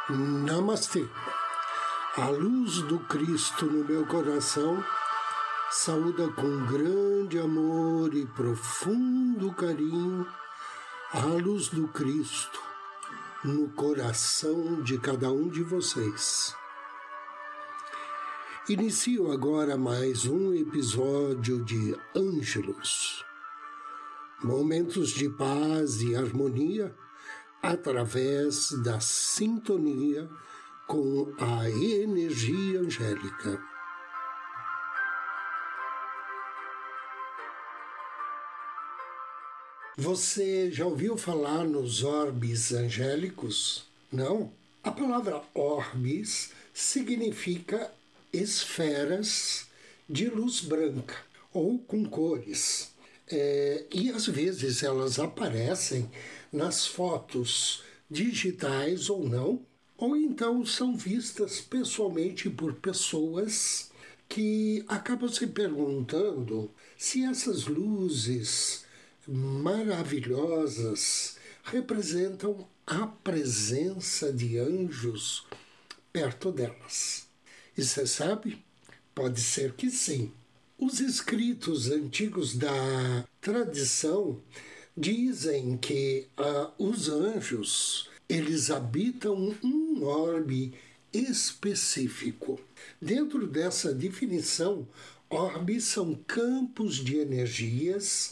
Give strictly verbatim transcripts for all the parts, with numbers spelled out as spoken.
Namastê. A luz do Cristo no meu coração saúda com grande amor e profundo carinho a luz do Cristo no coração de cada um de vocês. Inicio agora mais um episódio de Ângelos, momentos de paz e harmonia através da sintonia com a energia angélica. Você já ouviu falar nos orbes angélicos? Não? A palavra orbes significa esferas de luz branca ou com cores. É, e às vezes elas aparecem nas fotos digitais ou não, ou então são vistas pessoalmente por pessoas que acabam se perguntando se essas luzes maravilhosas representam a presença de anjos perto delas. E você sabe? Pode ser que sim. Os escritos antigos da tradição dizem que ah, os anjos, eles habitam um orbe específico. Dentro dessa definição, orbes são campos de energias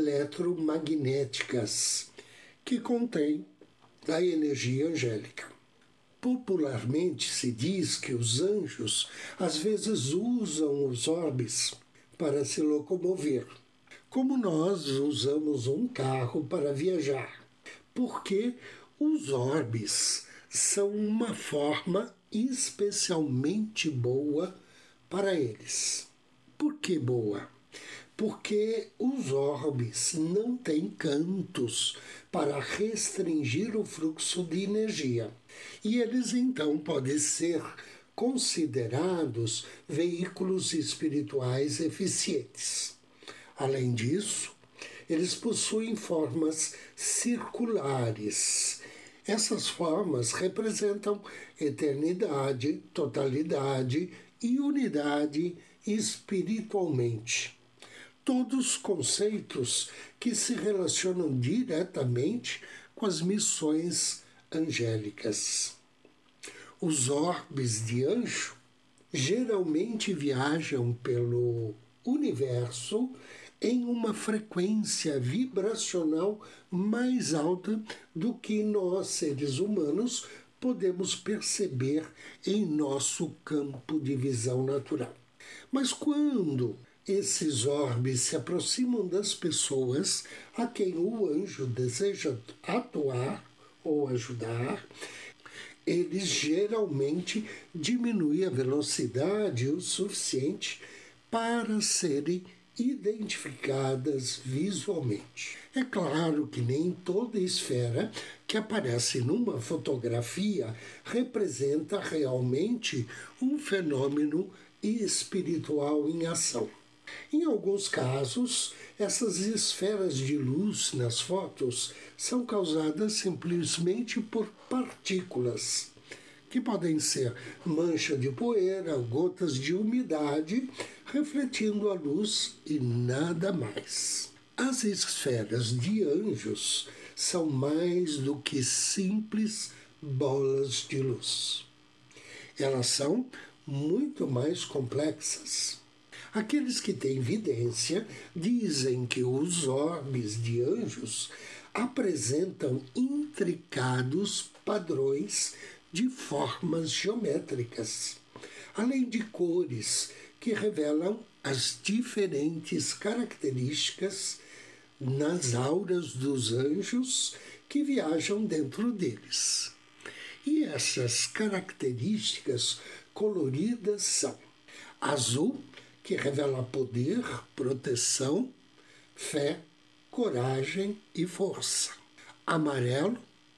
eletromagnéticas que contêm a energia angélica. Popularmente se diz que os anjos às vezes usam os orbes para se locomover, como nós usamos um carro para viajar, porque os orbes são uma forma especialmente boa para eles. Por que boa? Porque os orbes não têm cantos para restringir o fluxo de energia, e eles então podem ser considerados veículos espirituais eficientes. Além disso, eles possuem formas circulares. Essas formas representam eternidade, totalidade e unidade espiritualmente. Todos conceitos que se relacionam diretamente com as missões angélicas. Os orbes de anjo geralmente viajam pelo universo em uma frequência vibracional mais alta do que nós, seres humanos, podemos perceber em nosso campo de visão natural. Mas quando esses orbes se aproximam das pessoas a quem o anjo deseja atuar ou ajudar, eles geralmente diminuem a velocidade o suficiente para serem identificadas visualmente. É claro que nem toda esfera que aparece numa fotografia representa realmente um fenômeno espiritual em ação. Em alguns casos, essas esferas de luz nas fotos são causadas simplesmente por partículas, que podem ser mancha de poeira, gotas de umidade, refletindo a luz e nada mais. As esferas de anjos são mais do que simples bolas de luz. Elas são muito mais complexas. Aqueles que têm vidência dizem que os orbes de anjos apresentam intricados padrões de formas geométricas, além de cores que revelam as diferentes características nas auras dos anjos que viajam dentro deles. E essas características coloridas são azul, que revela poder, proteção, fé, coragem e força. Amarelo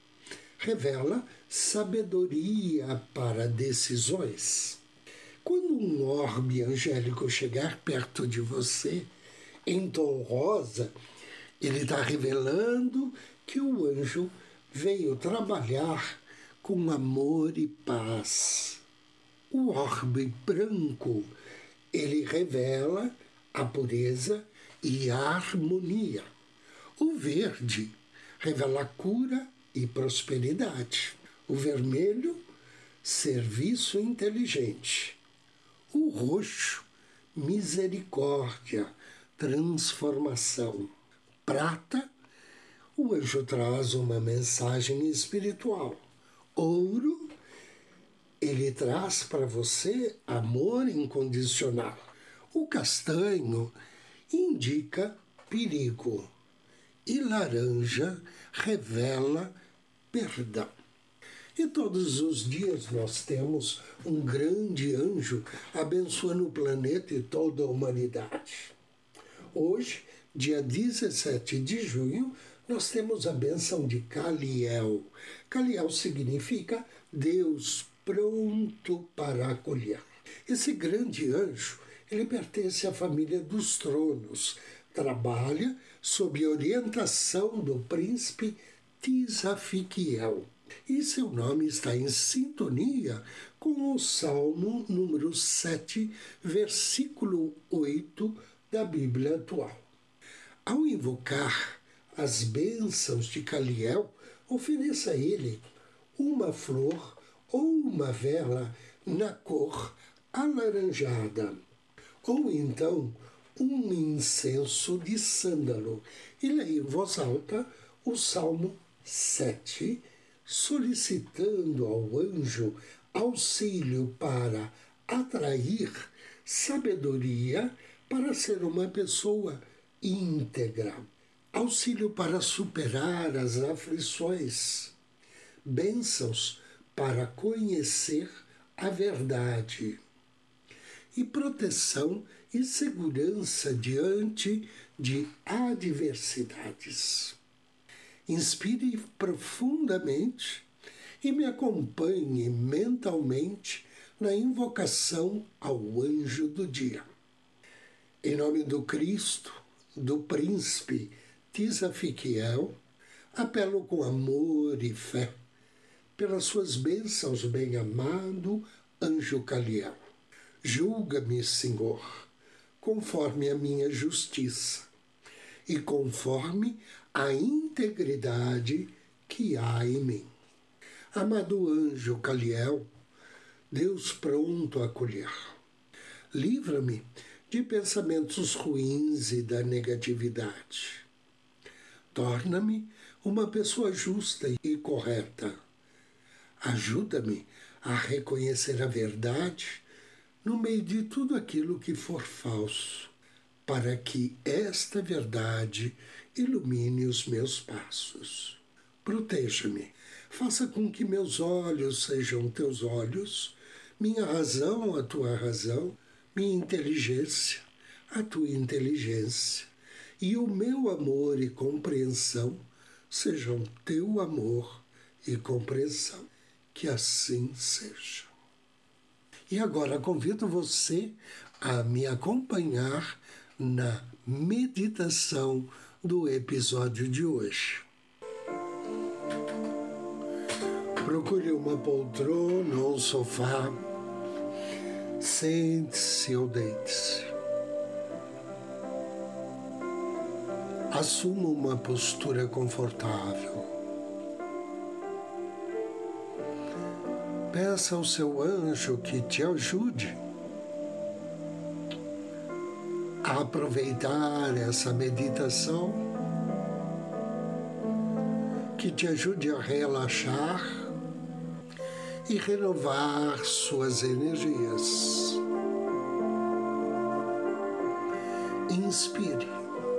revela sabedoria para decisões. Quando um orbe angélico chegar perto de você, em tom rosa, ele está revelando que o anjo veio trabalhar com amor e paz. O orbe branco, ele revela a pureza e a harmonia. O verde revela a cura e prosperidade. O vermelho, serviço inteligente. O roxo, misericórdia, transformação. Prata, o anjo traz uma mensagem espiritual. Ouro, ele traz para você amor incondicional. O castanho indica perigo. E laranja revela perdão. E todos os dias nós temos um grande anjo abençoando o planeta e toda a humanidade. Hoje, dia dezessete de junho, nós temos a bênção de Caliel. Caliel significa Deus pronto para acolher. Esse grande anjo, ele pertence à família dos tronos, trabalha sob orientação do príncipe Tisafiquiel. E seu nome está em sintonia com o Salmo número sete, versículo oito da Bíblia atual. Ao invocar as bênçãos de Caliel, ofereça a ele uma flor ou uma vela na cor alaranjada, ou então um incenso de sândalo, e leia em voz alta o Salmo sete, solicitando ao anjo auxílio para atrair sabedoria para ser uma pessoa íntegra, auxílio para superar as aflições, bênçãos para conhecer a verdade e proteção e segurança diante de adversidades. Inspire profundamente e me acompanhe mentalmente na invocação ao anjo do dia. Em nome do Cristo, do príncipe Tisafiquiel, apelo com amor e fé pelas suas bênçãos, bem-amado anjo Caliel. Julga-me, Senhor, conforme a minha justiça e conforme a integridade que há em mim. Amado anjo Caliel, Deus pronto a acolher, livra-me de pensamentos ruins e da negatividade. Torna-me uma pessoa justa e correta. Ajuda-me a reconhecer a verdade no meio de tudo aquilo que for falso, para que esta verdade ilumine os meus passos. Proteja-me, faça com que meus olhos sejam teus olhos, minha razão a tua razão, minha inteligência a tua inteligência, e o meu amor e compreensão sejam teu amor e compreensão. Que assim seja. E agora convido você a me acompanhar na meditação do episódio de hoje. Procure uma poltrona ou um sofá, sente-se ou deite-se. Assuma uma postura confortável. Peça ao seu anjo que te ajude a aproveitar essa meditação, que te ajude a relaxar e renovar suas energias. Inspire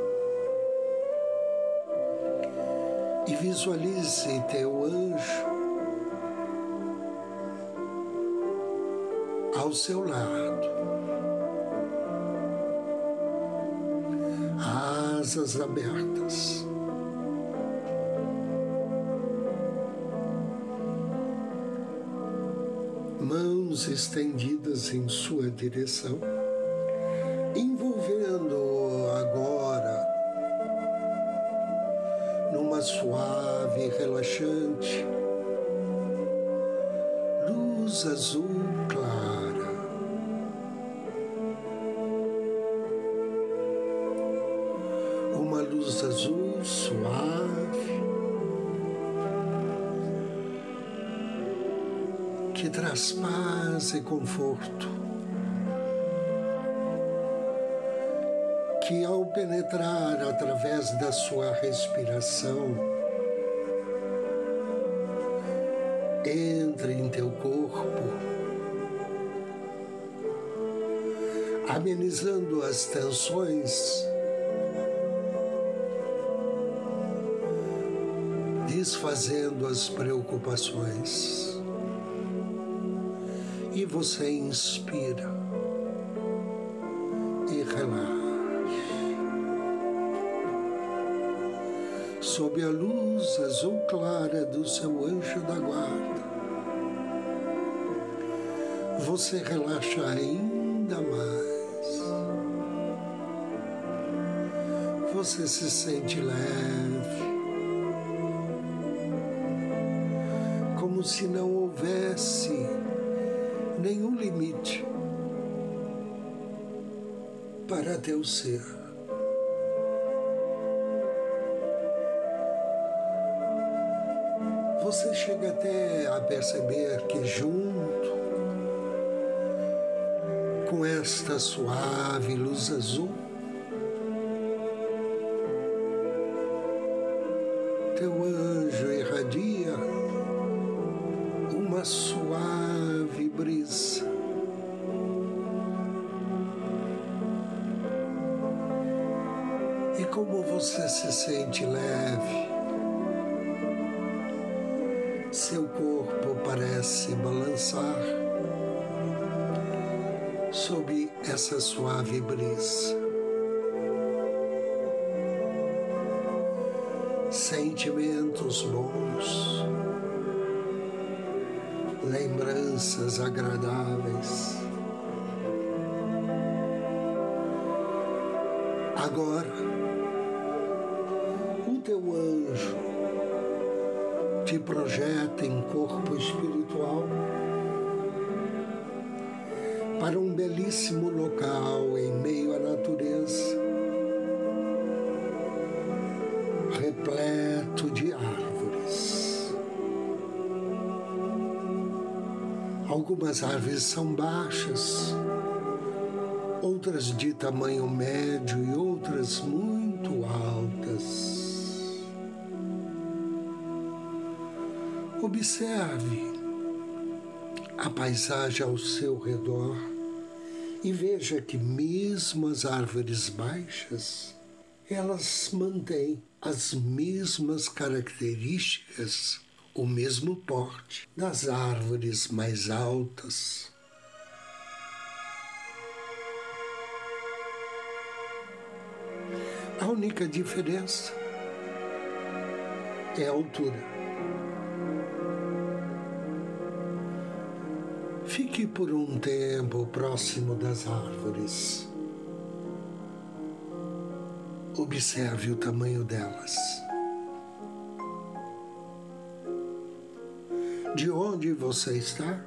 e visualize teu anjo ao seu lado, asas abertas, mãos estendidas em sua direção, envolvendo agora numa suave e relaxante luz azul clara. Uma luz azul suave que traz paz e conforto, que ao penetrar através da sua respiração, entra em teu corpo, amenizando as tensões, desfazendo as preocupações. E você inspira e relaxa. Sob a luz azul clara do seu anjo da guarda, você relaxa ainda mais. Você se sente leve, como se não houvesse nenhum limite para teu ser. Você chega até a perceber que junto com esta suave luz azul, teu anjo irradia uma suave brisa. E como você se sente leve, seu corpo parece balançar sob essa suave brisa. Sentimentos bons, lembranças agradáveis. Agora, o teu anjo te projeta em corpo espiritual para um belíssimo local em meio à natureza, repleto de árvores. Algumas árvores são baixas, outras de tamanho médio e outras muito altas. Observe a paisagem ao seu redor e veja que mesmo as árvores baixas, elas mantêm as mesmas características, o mesmo porte das árvores mais altas. A única diferença é a altura. Fique por um tempo próximo das árvores. Observe o tamanho delas. De onde você está,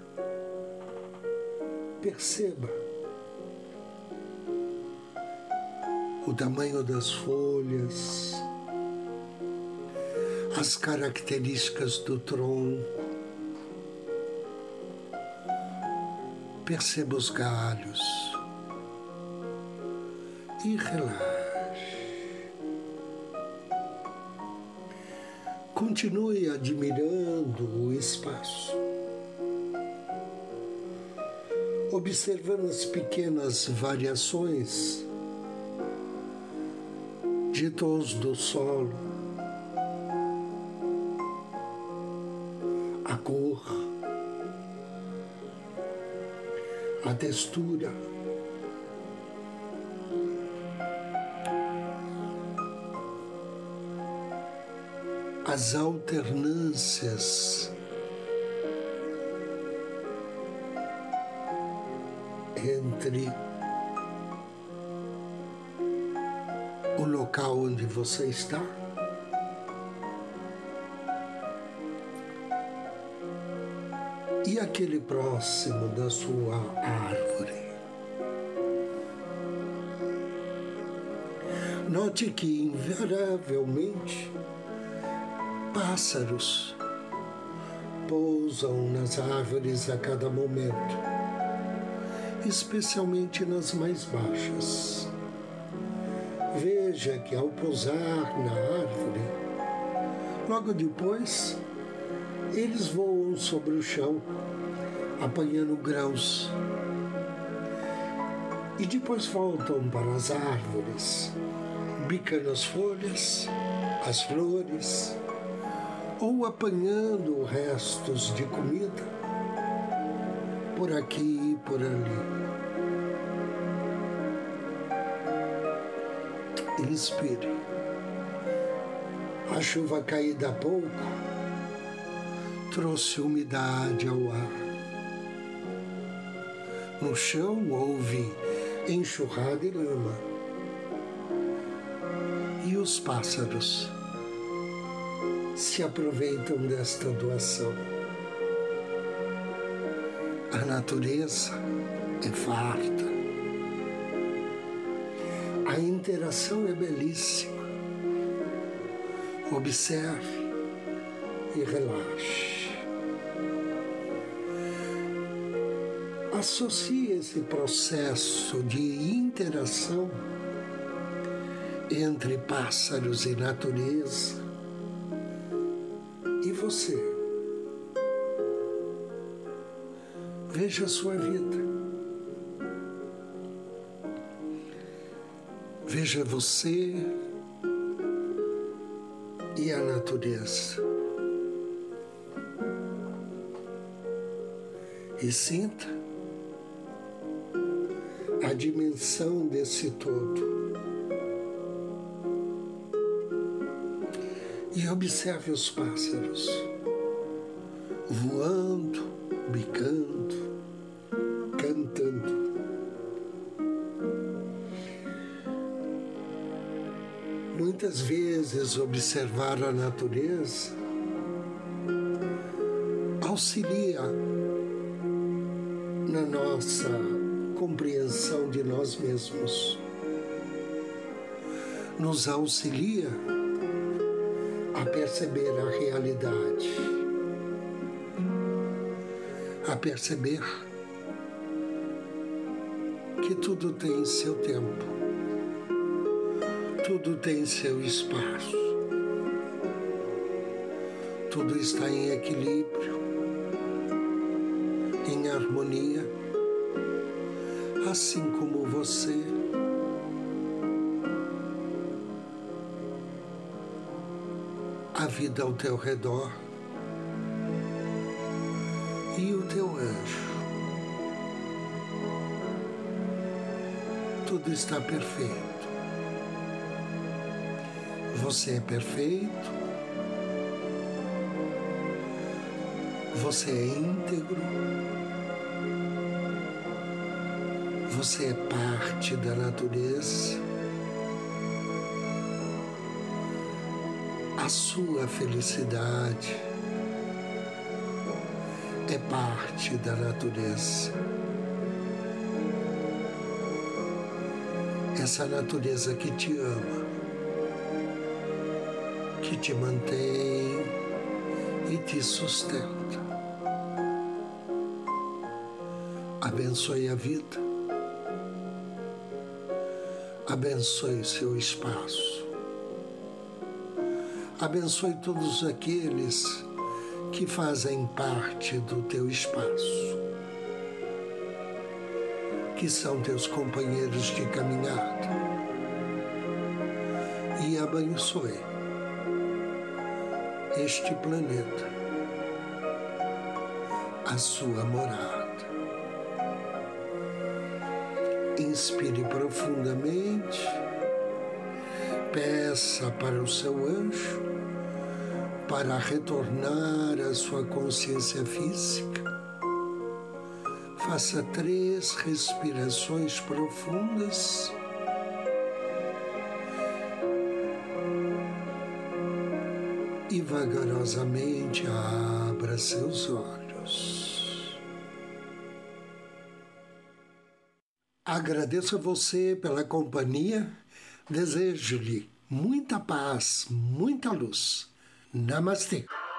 perceba o tamanho das folhas, as características do tronco. Perceba os galhos e relaxe. Continue admirando o espaço, observando as pequenas variações de tons do solo, a cor, a textura. As alternâncias entre o local onde você está e aquele próximo da sua árvore. Note que, invariavelmente, pássaros pousam nas árvores a cada momento, especialmente nas mais baixas. Veja que, ao pousar na árvore, logo depois, eles voam sobre o chão, apanhando grãos, e depois voltam para as árvores, bicando as folhas, as flores, ou apanhando restos de comida por aqui e por ali. Inspire. A chuva caída há pouco trouxe umidade ao ar. No chão houve enxurrada e lama. E os pássaros se aproveitam desta doação. A natureza é farta. A interação é belíssima. Observe e relaxe. Associe esse processo de interação entre pássaros e natureza e você. Veja a sua vida. Veja você e a natureza. E sinta a dimensão desse todo. E observe os pássaros voando, bicando, cantando. Muitas vezes observar a natureza auxilia na nossa compreensão de nós mesmos, nos auxilia a perceber a realidade, a perceber que tudo tem seu tempo, tudo tem seu espaço, tudo está em equilíbrio, em harmonia, assim como você. A vida ao teu redor e o teu anjo. Tudo está perfeito. Você é perfeito. Você é íntegro. Você é parte da natureza. A sua felicidade é parte da natureza. Essa natureza que te ama, que te mantém e te sustenta. Abençoe a vida. Abençoe seu espaço. Abençoe todos aqueles que fazem parte do teu espaço, que são teus companheiros de caminhada. E abençoe este planeta, a sua morada. Inspire profundamente, peça para o seu anjo para retornar à sua consciência física. Faça três respirações profundas. E vagarosamente abra seus olhos. Agradeço a você pela companhia, desejo-lhe muita paz, muita luz. Namastê.